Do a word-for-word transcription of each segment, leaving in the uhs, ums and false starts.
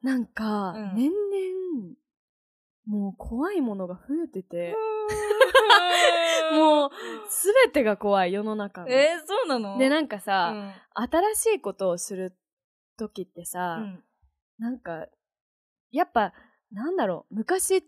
なんか、 うん年々もう怖いものが増えててもうすべてが怖い、世の中の。 えー、そうなの？ でなんかうさ、 ん新しいことをする時ってさ、 うんなんかやっぱなんだろう、昔って、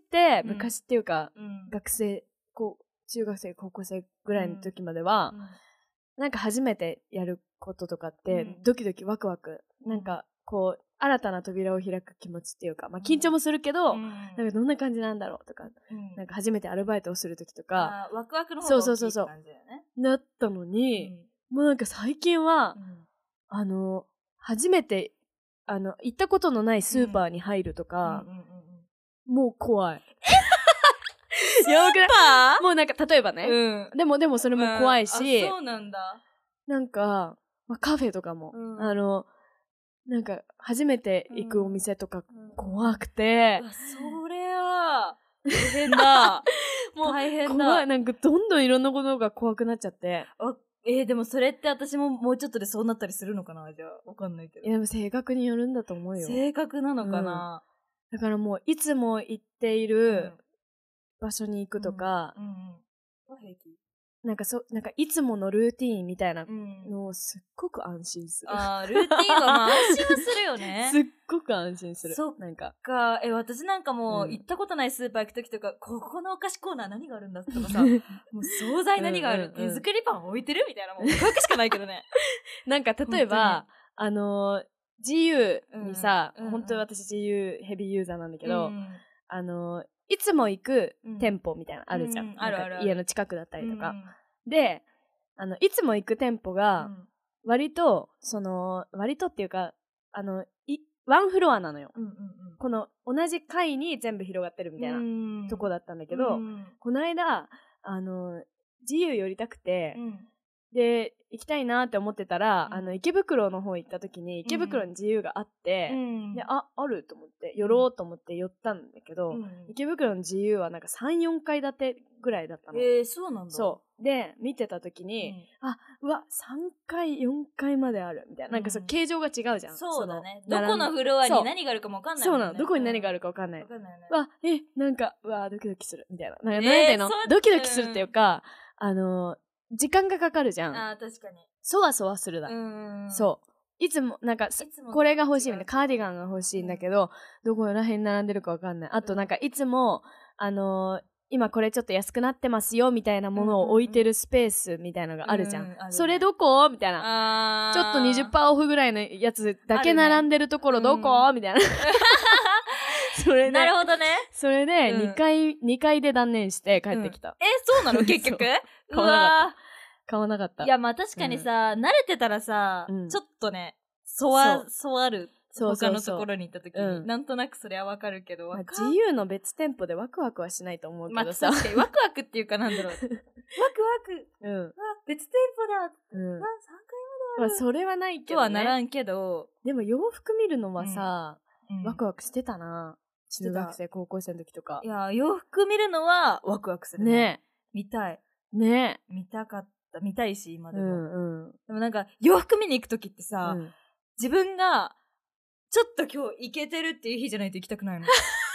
うん昔っていうか、 うん学生こう中学生高校生ぐらいの時までは、 うんなんか初めてやることとかって、 うんドキドキワクワク、 うんなんかこう新たな扉を開く気持ちっていうか、まあ緊張もするけど、 うんなんかどんな感じなんだろうとか、 うんなんか初めてアルバイトをする時とか、 あーワクワクの方が大きいそうそうそうそうって感じだよね。 なったのに、もうなんか最近は、 うんあの、初めて、あの、行ったことのないスーパーに入るとか、 うんうんうんうんもう怖い。やばくない？ パーもうなんか例えばね、 うんでもでもそれも怖いし、 あそうなんだ。 なんか、まあ、カフェとかも、 うんあの、なんか初めて行くお店とかうん怖くて、 うわそれは大変だ。 もう大変怖だい、。なんかどんどんいろんなことが怖くなっちゃって。 あえー、でもそれって私ももうちょっとでそうなったりするのかな。じゃあわかんないけどいやでも性格によるんだと思うよ。 性格なのかな、 だからもういつも行っている場所に行くとか、 うんうんうん、平気なんかそ、なんかいつものルーティーンみたいなうんのをすっごく安心する。 あールーティンはまあ安心はするよね。 すっごく安心する。 そっなんか。 かえ私なんかもう、 うん行ったことないスーパー行くときとか、ここのお菓子コーナー何があるんだとかさもう惣菜何がある、 うんうんうん手作りパン置いてるみたいな、もうワクワクしかないけどね。 なんか例えば、あのー、ジーユー にさ、 うんうんうん本当に私 ジーユー ヘビーユーザーなんだけど、 うんあのー、いつも行くうん店舗みたいなのあるじゃん。 うんあるあるあるなんか家の近くだったりとか。 うんで、あの、いつも行く店舗うが、 ん割と、その、割とっていうか、あの、い、ワンフロアなのよ。 うんうんこの同じ階に全部広がってるみたいなうんとこだったんだけど、 うんこの間、あの、自由寄りたくて、 うんで、行きたいなって思ってたら、 うんあの、池袋の方行った時に、池袋に自由があって、 うんで、あ、あると思って、寄ろうと思って寄ったんだけど、 うん池袋の自由はなんかさん、よんかい建てぐらいだったの。 えー、そうなんだ。 そう。で、見てた時うに、 んあ、うわ、さんかい、よんかいまであるみたいな。なんかそう、 うん形状が違うじゃん。 そうだね。 そのどこのフロアそうに何があるかもわかんないもんね。 そうなの。どこに何があるるかわかんない。 わかんないよね。 わ、え、なんか、うわ、ドキドキする。みたいな。なんか、 えーなんていうの、 そうドキドキするっていうか、あの、時間がかかるじゃん。 あー、確かに。 そわそわするだ。 うんそう。いつも、なんか、 いつもこれが欲しいみたいな、 違うカーディガンが欲しいんだけど、どこら辺に並んでるかわかんない。あと、なんか、いつも、あのー今これちょっと安くなってますよ、みたいなものを置いてるスペースみたいなのがあるじゃん。 うんうんあるねそれどこみたいな。 あちょっと にじゅっパーセント オフぐらいのやつだけあるね並んでるところどこ、 うんみたいな。それで、 なるほどね。 それでうんにかい、にかいで断念して帰ってきた。 え、そうなの結局う買わなかわ買わなかった。 ーいや、まあ確かにさ、慣れてたらさ、 うんちょっとね、そわ、 そうそわる。 そうそうそう他のところに行った時に、 うんなんとなくそれはわかるけど、 まあわか自由の別店舗でワクワクはしないと思うまあけどさ。 確かにワクワクっていうかなんだろう。ワクワク。 うん。 わ、別店舗だ。 うんわ、。さんかまあ、それはないいけど、ね。 とはならんけど、 でも洋服見るのはさ、 うんワクワクしてたな。 してた中学生、高校生の時とかい。や、洋服見るのはワクワクするね。 ね見たい。 え。ね見たかった。見たいし、今え。うでも。 んうん。 でもなんか、洋服見に行くときってさ、 うん自分が、ちょっと今日イケてるっていう日じゃないと行きたくないの。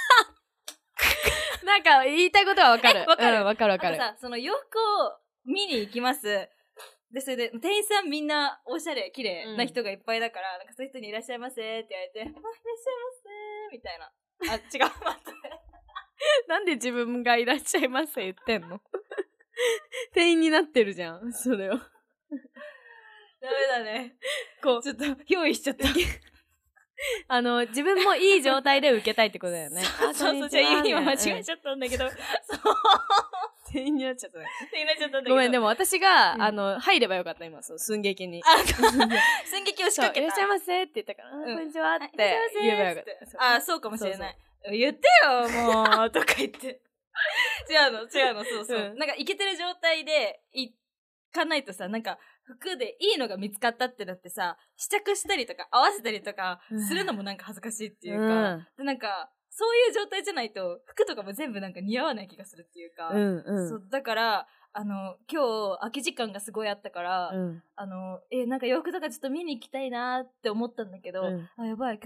なんか言いたいことはわかる。 えわかるうん、わかるわかる。 あとさ、その洋服を見に行きます。で、それで、店員さんみんなおしゃれ、綺麗な人がいっぱいだから、なんかそういう人にいらっしゃいませって言われて、あ、いらっしゃいませみたいな。あ、違う、待って。 なんで自分がいらっしゃいませ言ってんの店員になってるじゃん、それを。 ダメだね。 こう、 ちょっと、憑依しちゃった。 あの、自分もいい状態で受けたいってことだよね。 そうそうそう、じゃあ今間違えちゃゃったんだけど、そう。 店員になっちゃったね。 ってなっちゃったんだけど。 ごめん、でも。 も私が、 うんあの、入ればよかった、今、そう、寸劇に。 あ、寸劇を仕そう、 掛けた。 いらっしゃいませって言ったから、あうんこんにちはっあて言えばよかった。 あ、そうかもしれない。言ってよ、もう、とか言って。違うの、違うの、そうそう。 うんなんか、イケてる状態で行かないとさ、なんか、服でいいのが見つかったってなってさ、試着したりとか合わせたりとかするのもなんか恥ずかしいっていうか、 うんでなんか、そういう状態じゃないと、服とかも全部なんか似合わない気がするっていうか、 うんうん。 そう、だから、あの、今日、空き時間がすごいあったから、 うん。 あの、え、なんか洋服とかちょっと見に行きたいなって思ったんだけど、 うんあ、やばい、今日、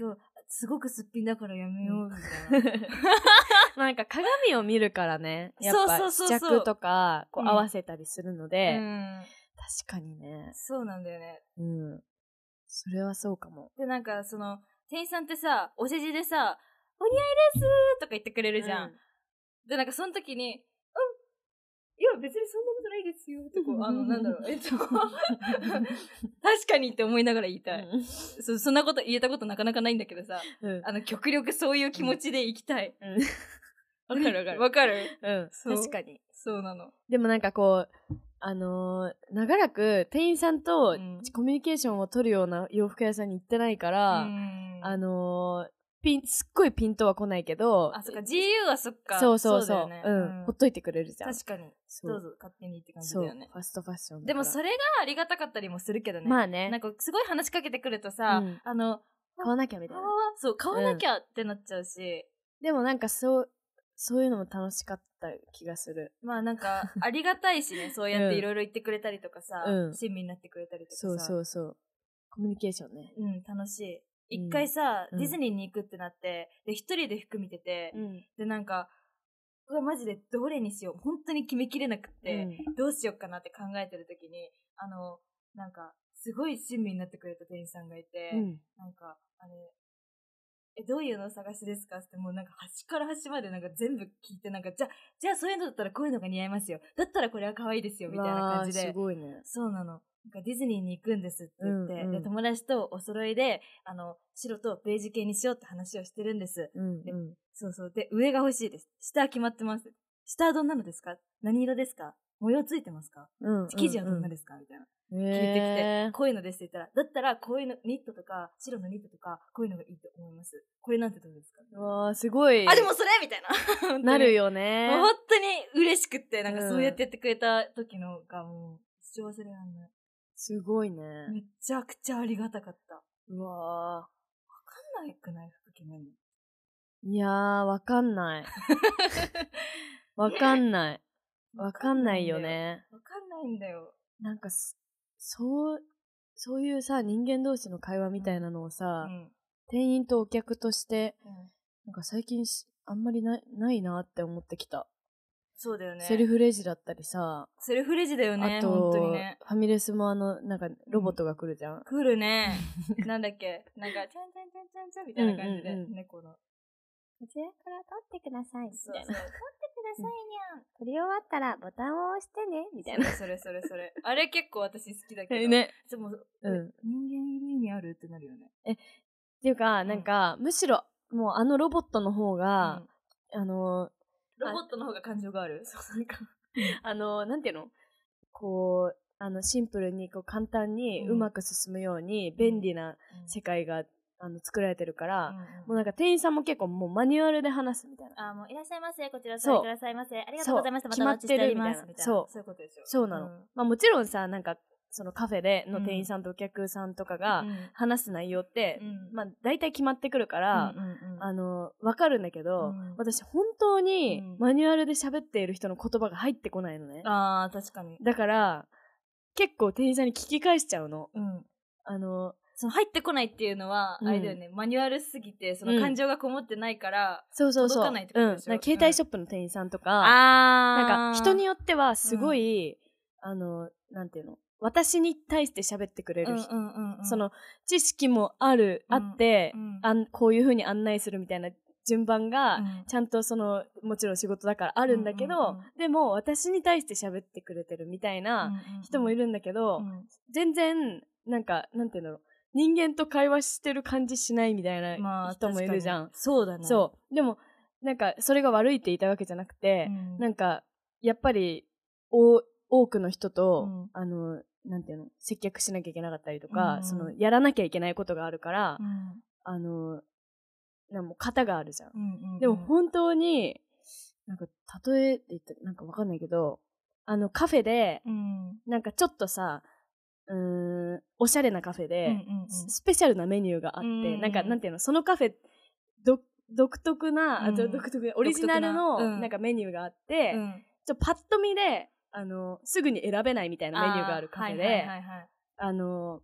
すごくすっぴんだからやめようみたいな。 なんか鏡を見るからね、やっぱそうそう試そうそう着とかこううん合わせたりするので、 うん。 確かにね。 そうなんだよね。 うん。それはそうかも。 で、なんかその、店員さんってさ、お世辞でさ、お似合いですとか言ってくれるじゃん。 うんで、なんかその時に、うん、いや別にそんなことないですよってこう、あの、なんだろう、えっと、確かにって思いながら言いたい。 うんそそんなこと言えたことなかなかないんだけどさ、 うんあの、極力そういう気持ちで行きたい。 わかるわかる。 わかるうん。 そう確かに。 そうなの。 でもなんかこう、あのー長らく店員さんとうんコミュニケーションを取るような洋服屋さんに行ってないから、 うんあのーピン、すっごいピンとは来ないけど、 あ、そっか、ジーユー はそっか。 そうそうそう。 だよねうん。ほっといてくれるじゃん。 確かに。 そうどうぞ、勝手にって感じそう。 だよね。 ファストファッションだから。 でもそれがありがたかったりもするけどね。 まあね。 なんかすごい話しかけてくるとさ、 うんあの、 買わなきゃみたいな。 顔は、そう、買わなきゃってなっちゃうし、 でもなんかそう、そういうのも楽しかった気がする。 まあなんか、ありがたいしね、そうやっていろいろ言ってくれたりとかさ、 うん親身になってくれたりとかさ。 そうそうそう。コミュニケーションね。 うん、楽しい。 うん一回さ、 うんディズニーに行くってなって、で、一人で服見てて、 ん。 で、なんか、うわ、マジでどれにしよう。本当に決めきれなくって、どうしようかなって考えてる時に、あの、なんか、すごい親身になってくれた店員さんがいて、 うん。 なんか、あれ、え、どういうのお探しですかってもうなんか端から端までなんか全部聞いて、なんか、じゃ、じゃあそういうのだったらこういうのが似合いますよ。だったらこれは可愛いですよ、みたいな感じわーで。 すごいね。 そうなの。なんかディズニーに行くんですって言って、 うんうんで、友達とお揃いで、あの、白とベージュ系にしようって話をしてるんです。 うんでうん。 そうそう。で、上が欲しいです。下は決まってます。下はどんなのですか？何色ですか？模様ついてますか？ うん。 生地はどんなですか？みたいな。 聞聞いてきて、 てこういうのですって言ったら、だったらこういうの、ニットとか、白のニットとか、こういうのがいいと思います。これなんてどうですか？ わーすごい。 あ、でもそれみたいな。 なるよ。 よね。 本当に嬉しくって、なんかうんそうやってやってくれた時のがもう、一生忘れらんない。 すごいね。 めちゃくちゃありがたかった。 うわわかんないくない服着ないの。 ーいやー、わかんない。わかんない。わかんないよね。 わかんないんだよ。 なんかす、そう、そういうさ、人間同士の会話みたいなのをさ、 うん。 店員とお客として、 うんなんか最近しあんまりないないなって思ってきた。 そうだよね。 セルフレジだったりさ、 セルフレジだよね。 あと、 本当にね。 ファミレスもあの、なんかロボットが来るじゃん。 来るね。なんだっけなんか、ちゃんちゃんちゃんちゃんちゃんみたいな感じで、 うんうんうん猫の。 こちらから取ってください。みそうたいな。 そう。取ってくださいにゃん。 取り終わったらボタンを押してね。みたいな。 それそれそれ。あれ結構私好きだけど。。 ね。 でも、 うん人間いる意味あるってなるよね。 っていうか、 んなんか、むしろ、もうあのロボットの方が、あの、 ロボットの方が感情がある。そう、なんか。 あの、なんていうのこう、あの、シンプルに、こう、簡単にうんうまく進むように、便利な世界が、あの、作られてるから、もうなんか店員さんも結構もうマニュアルで話すみたいな。 あ、もういらっしゃいませ。こちらそうお座りくださいませ。ありがとうございました。 そうまたお待ちしております。 決まってるみたいなみたいな。 そうそういうことでしょ。 そうなの。 んまあもちろんさ、なんか、そのカフェでの店員さんとお客さんとかがうん話す内容って、 うんまあ大体決まってくるから、 うんうんうんあの、わかるんだけど、 うん私本当にうんマニュアルで喋っている人の言葉が入ってこないのね。 ああ、確かに。 だから、結構店員さんに聞き返しちゃうの。 うん。 あの、 その入ってこないっていうのは、 うんあれだよね、マニュアルすぎて、その感情がこもってないから、 そうそうそう。 届かないってことうん。 でしょなんか携帯ショップの店員さんとか、 あなんか人によってはすごい、あの、なんていうの、私に対して喋ってくれる人、 うんうんうんうん、 その知識もある、 うんあって、 うんあん、こういう風に案内するみたいな順番が、 うんちゃんとその、もちろん仕事だからあるんだけど、 うんうんうんでも私に対して喋ってくれてるみたいな人もいるるんだけど、 うん全然、なんか、なんていうんだろう、人間と会話してる感じしないみたいまあな人もいるじゃん。 確かにそうだね。 そう。でも、なんか、それが悪いって言いたいわけじゃなくて、 うんなんか、やっぱり、お多くの人と、 うんあの、なんていうの、接客しなきゃいけなかったりとか、 うんその、やらなきゃいけないことがあるから、 うんあの、なんかもう型があるじゃん。 うんうんうんでも本当に、なんか、例えって言ったらなんかわかんないけど、あの、カフェで、 うんなんかちょっとさ、うーん、おしゃれなカフェで、 うんうんうんスペシャルなメニューがあって、 うんなんか、なんていうの、そのカフェ、ど独特な、あうんちょ独特なオリジナルの、 独特なうんなんかメニューがあって、 うんちょパッと見で、あの、すぐに選べないみたいなメニューがあるカフェで、 はいはいはいはいあの、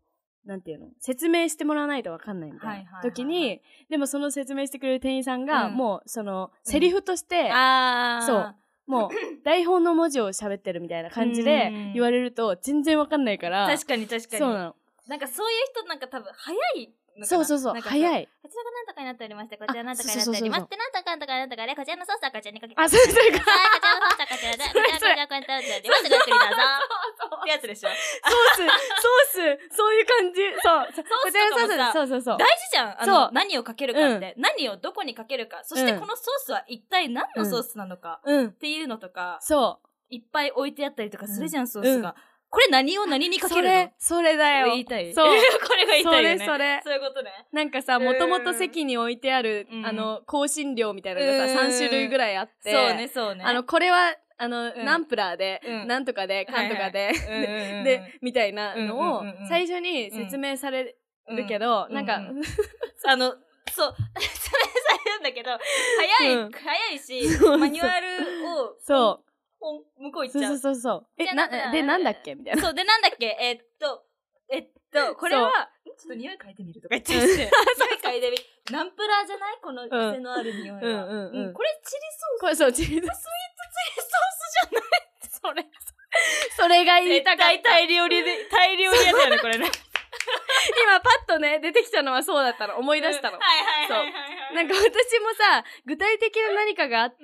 なんていうの説明してもらわないとわかんないみたいな時に、でもその説明してくれる店員さんが、うん、もうそのセリフとして、うん、あそうもう台本の文字を喋ってるみたいな感じで言われると全然わかんないから。 確かに確かに。 そうなの。 なんかそういう人なんか多分早いそうそうそう、早い。 こちらがなんとかになっておりまして、こちらなんとかになっておりますってなんとかなんとかなんとかで、こちらのソースはこちらにかけてください。 あ、そうそうこちらのソースはこちらで、こちらこちらこちらこちらで、まずごゆっくりどうぞ。ってやつでしょ。ソース、ソース、そういう感じ。そう。 ソースとかもさ、 そうそうそう。 大事じゃん。あの、何をかけるかって。何をどこにかけるか。そしてこのソースは一体何のソースなのか。っていうのとか。 そう。 いっぱい置いてあったりとかするじゃん、ソースが。これ何を何にかけるの？それ、それだよ。 言いたい。 そう。 これが言いたいよね。 それ、それ。 そういうことね。 なんかさ、もともと席に置いてある、あの、香辛料みたいなのがさ、さん種類ぐらいあって。 そうね、そうね。 あの、これは、あの、ナンプラーで、なんとかで、かんとかで、で、みたいなのを、最初に説明されるけど、なんか、 あの、そう、説明されるんだけど、早い、早いし、マニュアルを、 そう。 向こう行っちゃう。 そうそうそう。え、な、で、なんだっけみたいな。 そう、で、なんだっけえっと、えっと、これは、ちょっと匂い嗅いでみるとか言ってして、匂い嗅いでみる。ナンプラーじゃないこの癖のある匂いは。うんうんうん。これチリソース。 これそう、チリソース。スイートチリソースじゃないそれ。 それが言いたかった。 絶対タイ料理で、タイ料理屋だよね、これね。 今パッとね、出てきたのはそうだったの。思い出したの。 はいはいはい。 そう。なんか私もさ、具体的な何かがあって、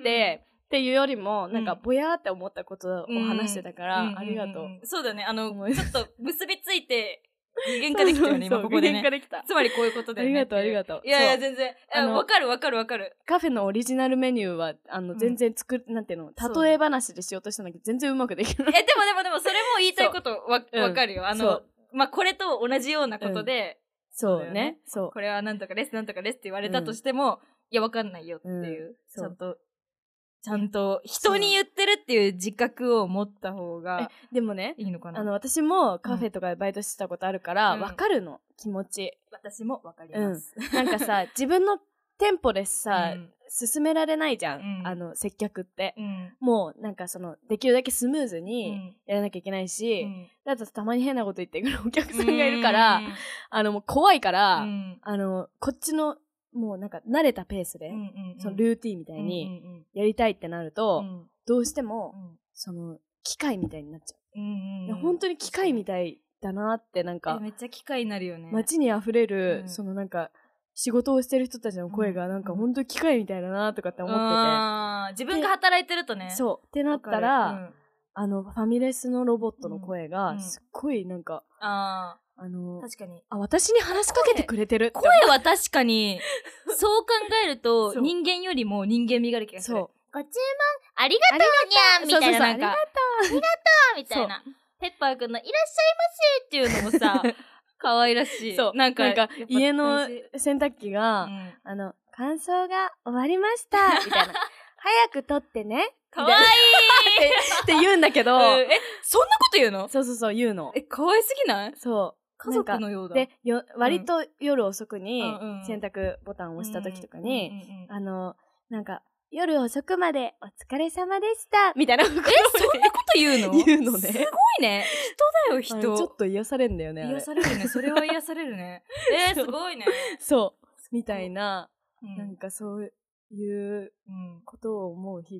っていうよりも、なんか、ぼやーって思ったことを話してたから、ありがとう。 そうだね。あの、ちょっと結びついて、具現化できたよね、今ここでね。 具現化できた。 つまりこういうことだよね。 ありがとう、ありがとう。 いやいや、全然。わかるわかるわかる。 カフェのオリジナルメニューは、あの、全然作る、なんていうの、例え話でしようとしたんだけど、全然うまくできない。 え、でもでもでも、それも言いたいことわかるよ。あの、ま、これと同じようなことで、 そうね。そう。 これはなんとかです、なんとかですって言われたとしても、いや、わかんないよっていう、ちゃんと。ちゃんと人に言ってるっていう自覚を持った方がでもねいいのかな。 あの私もカフェとかでバイトしてたことあるからわかるの、気持ち。 私もわかります。 なんかさ自分の店舗でさ進められないじゃん、あの接客って。もうなんかそのできるだけスムーズにやらなきゃいけないし、だとたまに変なこと言ってくるお客さんがいるからあのもう怖いからあのこっちのもうなんか慣れたペースで、うんうんうん、そのルーティンみたいにやりたいってなると、うんうん、どうしても、うん、その機械みたいになっちゃう。うんうんうん、いや本当に機械みたいだなってなんかめっちゃ機械になるよね。 街に溢れる、うん、そのなんか仕事をしてる人たちの声がなんか本当に機械みたいだなとかって思ってて、 あ自分が働いてるとね。 そうってなったら、うん、あのファミレスのロボットの声がすっごいなんか、うん、ああの確かに。 あ、私に話しかけてくれてるって声は確かに、そう考えると、人間よりも人間味がある気がする。そう。ご注文ありがとうにゃんみたいな。なんか、ありがとうありがとうみたいな。ペッパーくんのいらっしゃいませっていうのもさ、可愛らしい。 そう。なんか、なんか家の洗濯機が、うん、あの、乾燥が終わりましたみたいな。早く取ってね。 かわいいって言うんだけど、うん、 え、そんなこと言うの？ そうそうそう、言うの。 え、可愛すぎない？ そう。 家族のようだ。 で、よ、割と夜遅くに洗濯ボタンを押した時とかに、あの、なんか、夜遅くまでお疲れ様でしたみたいな。え、そんなこと言うの？ 言うのね。 すごいね。人だよ、人。 ちょっと癒されるんだよね。 癒されるね。それは癒されるね。えー、すごいね。 そう。みたいな、なんかそういうことを思う日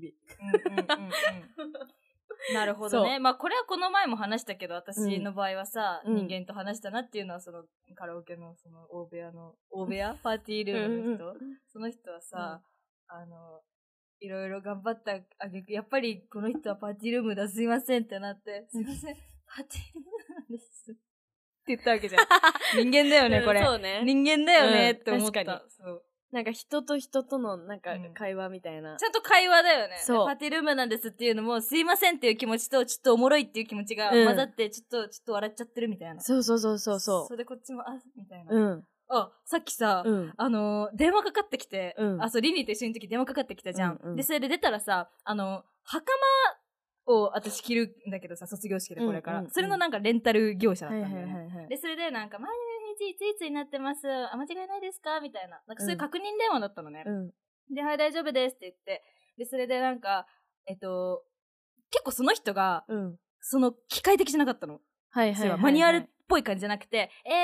々。 なるほどね。まあこれはこの前も話したけど、私の場合はさ、うん、人間と話したなっていうのはそのカラオケのその大部屋の、大部屋パーティールームの人その人はさ、うん、あの、いろいろ頑張ったあげく、やっぱりこの人はパーティールームだ、すいませんってなって、すいません、パーティールームなんです。って言ったわけじゃん。人間だよね、これ。そうね。人間だよね、って思った。そう。 なんか人と人とのなんか会話みたいな、 うん、ちゃんと会話だよね。そう。パーティールームなんですっていうのも、すいませんっていう気持ちと、ちょっとおもろいっていう気持ちが混ざって、ちょっと、うん、ちょっと笑っちゃってるみたいな。 そうそうそうそうそう。 それでこっちも、あ、みたいな。 うん。 あ、さっきさ、うん、あのー、電話かかってきて、うん、あ、そう、リニーと一緒の時電話かかってきたじゃん。うんうん、で、それで出たらさ、あの、袴を私着るんだけどさ、卒業式でこれから。うんうんうん、それのなんかレンタル業者だったんだよね。はいはいはいはい、で、それでなんか、毎日いついつになってます。あ、間違いないですかみたいな。なんかそういう確認電話だったのね。うん、で、はい、大丈夫ですって言って。で、それでなんか、えっと、結構その人が、うん、その機械的じゃなかったの。はいはいはい、はい。マニュアルっぽい感じじゃなくて、えー、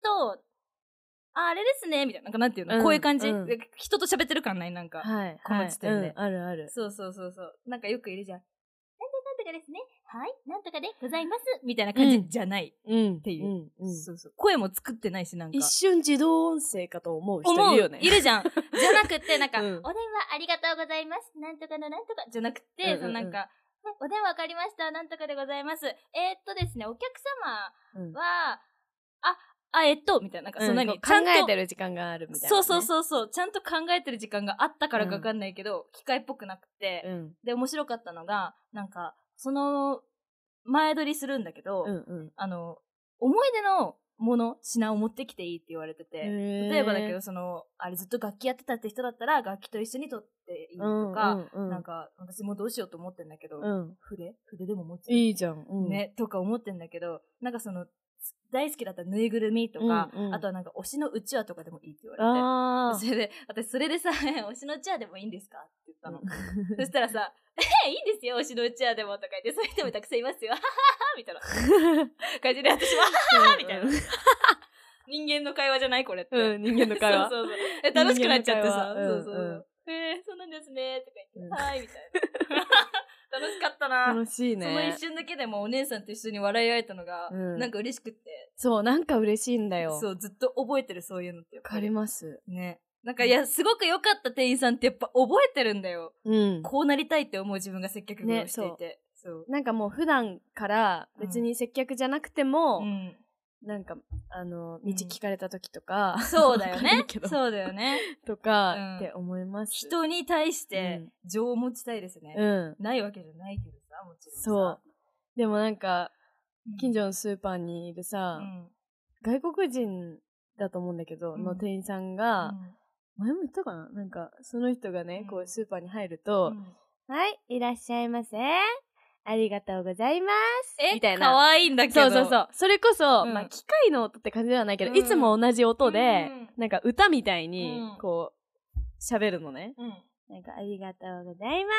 と、あ、あれですね、みたいな。なんかなんていうの、うん、こういう感じ、うん、人と喋ってる感ないなんか。はい。この時点で、はい、うん。 あるある。 そうそうそうそう。なんかよくいるじゃん。なんとなんとかですね。はい。なんとかでございます。みたいな感じじゃない。うん。っていう。うんうん、そうそう。声も作ってないし、なんか。 一瞬自動音声かと思う人いるよね。 いるじゃん。じゃなくて、なんか、うん、お電話ありがとうございます。なんとかのなんとか。じゃなくて、うんうんうん、そのなんか、お電話わかりました。なんとかでございます。えー、っとですね、お客様は、うん、あ、あ、えっと、みたいな。なんか、そんなに、 うん、考えてる時間があるみたいな、ね。 そうそうそうそう。ちゃんと考えてる時間があったからかわかんないけど、うん、機械っぽくなくて、うん、で、面白かったのが、なんか、その、前撮りするんだけど、うんうん、あの、思い出のもの、品を持ってきていいって言われてて、例えばだけど、その、あれずっと楽器やってたって人だったら、楽器と一緒に撮っていいとか、うんうんうん、なんか、私もどうしようと思ってんだけど、うん、筆筆でも持ついいじゃん。 うん、ね、とか思ってんだけど、なんかその、大好きだったぬいぐるみとか、うんうん、あとはなんか推しのうちわとかでもいいって言われて、それで、私それでさ、推しのうちわでもいいんですかって言ったの。そしたらさ、え、いいんですよ、推しのうちわでもとか言って、そういう人もたくさんいますよ、はははみたいな感じで、私は、ははみたいな。人間の会話じゃないこれって。 うん、人間の会話。 そうそうそう。え、楽しくなっちゃってさ、そうそうそう。えー、そうなんですね、とか言って、はい、みたいな。楽しかったな。 楽しいね。 その一瞬だけでもお姉さんと一緒に笑い合えたのが、うん、なんか嬉しくって。 そう、なんか嬉しいんだよ。 そう、ずっと覚えてる、そういうのって。 わかります。 ね。なんか、いや、すごく良かった店員さんってやっぱ覚えてるんだよ。うん。こうなりたいって思う自分が接客業をしていて。ね、 そう。そうなんかもう普段から別に接客じゃなくても、うん、なんか、あの、道聞かれた時とか、 うん、そうだよね。そうだよね。 とか、うん、って思います。 人に対して情を持ちたいですね。うん。ないわけじゃないけどさ、もちろんさ。 そう。でもなんか、近所のスーパーにいるさ、うん、外国人だと思うんだけど、うん、の店員さんが、うん、前も言ったかななんか、その人がね、うん、こうスーパーに入ると、うん、はい、いらっしゃいませ。ありがとうございます。 え、 みたいな。 かわいいんだけど。 そうそうそう。それこそ、うん、まあ、機械の音って感じではないけど、うん、いつも同じ音で、うん、なんか歌みたいに、こう、喋るのね。うん、なんか、ありがとうございます。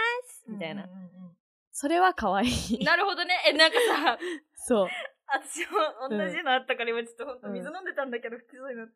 みたいな。うんうんうん、それは可愛い。 なるほどね。え、なんかさ、 そう。 私も同じのあったから今ちょっとほんと水飲んでたんだけど、吹きそうになった。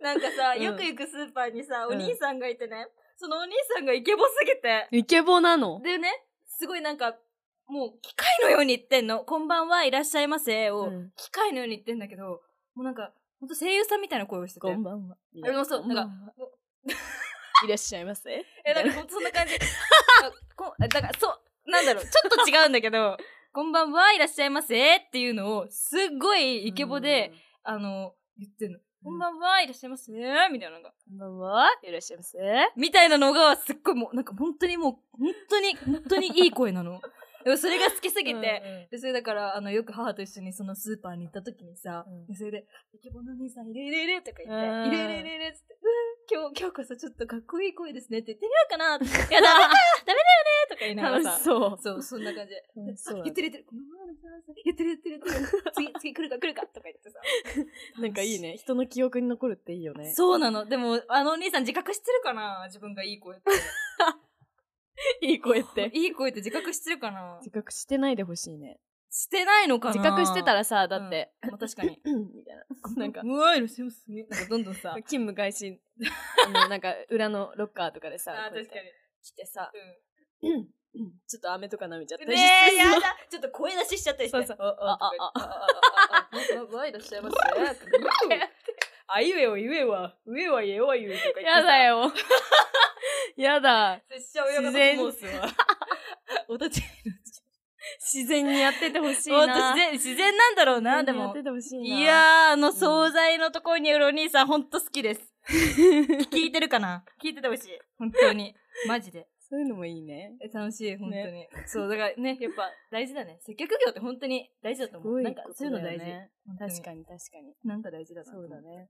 なんかさ、よく行くスーパーにさ、お兄さんがいてね、そのお兄さんがイケボすぎて。 イケボなの？ でね、すごいなんか、もう機械のように言ってんの。こんばんはいらっしゃいませを、機械のように言ってんだけど、もうなんか、ほんと声優さんみたいな声をしてて。 こんばんは。 あの、そう、なんか、 いらっしゃいませ。 え、なんかほんとそんな感じ。こだから、そう、なんだろう、ちょっと違うんだけど、こんばんはいらっしゃいませっていうのを、すっごいイケボで、あの、言ってんの。こんばんはいらっしゃいませみたいなのが。 こんばんはいらっしゃいませみたいなのが、すっごいもう、なんか本当にもう、本当に、本当にいい声なの。でもそれが好きすぎて、うんうん、で、それだから、あの、よく母と一緒にそのスーパーに行った時にさ、うん、でそれで、イケボのお兄さんいるいるいるとか言って、いるいるいるいるつって、うん、今日、今日こそちょっとかっこいい声ですねって言ってみようかなって。いや、ダメだダメだよねとか言いながらさ。 そう。 そう、そんな感じで。そう言ってる言ってる。このまま言ってる言ってる言ってる。次、次来るか来るかとか言ってさ。 なんかいいね。人の記憶に残るっていいよね。 そうなの。でも、あのお兄さん自覚してるかな自分がいい声って。 いい声って。 いい声って自覚してるかな自覚してないでほしいね。 してないのかな自覚してたらさ、だって。 うん、まあ、確かに。 みたいな。なんか、 うわいらっしゃいますね。なんかどんどんさ。 勤務開始、あの、なんか裏のロッカーとかでさ。 あ、確かに。 来てさ、うん。ちょっと飴とか舐めちゃったりして。ねえ、やだ。ちょっと声出ししちゃったりして。 そうそう。あ、あ、あ、あ、あ、 あ、うわいらっしゃいますね。あいうえを言えわ。上は言えわ言うとか言って。 やだよ。やだ。 自然。おたち自然にやっててほしいな。 自然、自然なんだろうな、でも。 やっててほしいな。 いやー、あの惣菜のところにいるお兄さん、ほんと好きです。聞いてるかな聞いててほしい。本当に。マジで。 そういうのもいいね。 楽しい、本当に。ね、そう、だからね、やっぱ大事だね。接客業って本当に大事だと思う。なんか、そういうの大事。 確かに確かに。 なんか大事だな。 そうだね。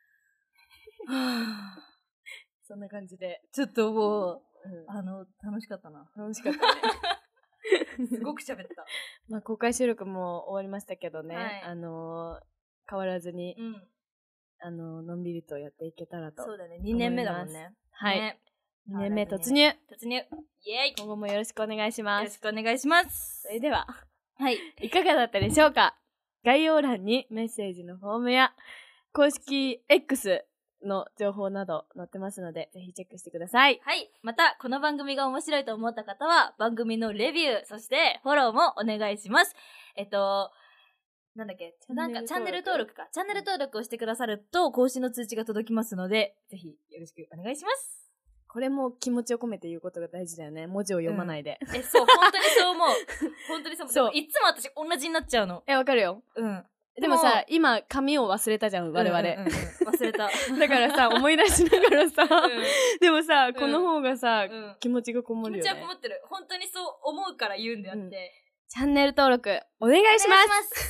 そんな感じで。 ちょっともう、うん、あの、楽しかったな。 楽しかったね。 すごく喋った。 まあ、公開収録も終わりましたけどね。はい、あのー、変わらずに、うん、あのー、のんびりとやっていけたらと。 そうだね。にねんめだもんね。 はい。ね、にねんめ突入。 突入。イエーイ。 今後もよろしくお願いします。 よろしくお願いします。 それでは。 はい。 いかがだったでしょうか？概要欄にメッセージのフォームや、 公式 X の情報など載ってますので、ぜひチェックしてください。 はい。また、この番組が面白いと思った方は、番組のレビュー、そしてフォローもお願いします。えっと、なんだっけ、なんかチャンネル登録か。チャンネル登録をしてくださると、更新の通知が届きますので、ぜひよろしくお願いします。 これも気持ちを込めて言うことが大事だよね。文字を読まないで。 うん、え、そう、本当にそう思う。本当にそう思う。そう。いつも私同じになっちゃうの。 え、わかるよ。 うん。 でもさ、今、紙を忘れたじゃん、我々。うんうんうん、 忘れた。 だからさ、思い出しながらさ、うん、でもさ、この方がさ、うん、気持ちがこもるよね。 気持ちがこもってる。本当にそう思うから言うんであって。うん、 チャンネル登録、お願いします。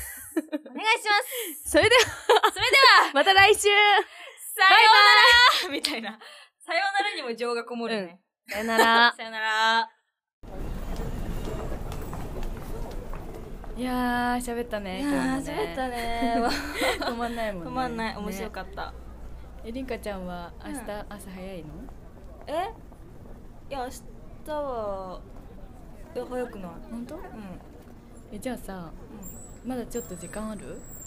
お願いします。 それでは、 それでは、 また来週さようならみたいな。さようならにも情がこもるね。 うん、さよなら。 さよなら。 いやー、喋ったね。 いやー、喋ったね。 止まんないもんね。 止まんない。面白かった。 え、りんかちゃんは明日朝早いの？ え？いや、明日は、いや、早くない。 ほんと？うん。え、じゃあさ、まだちょっと時間ある？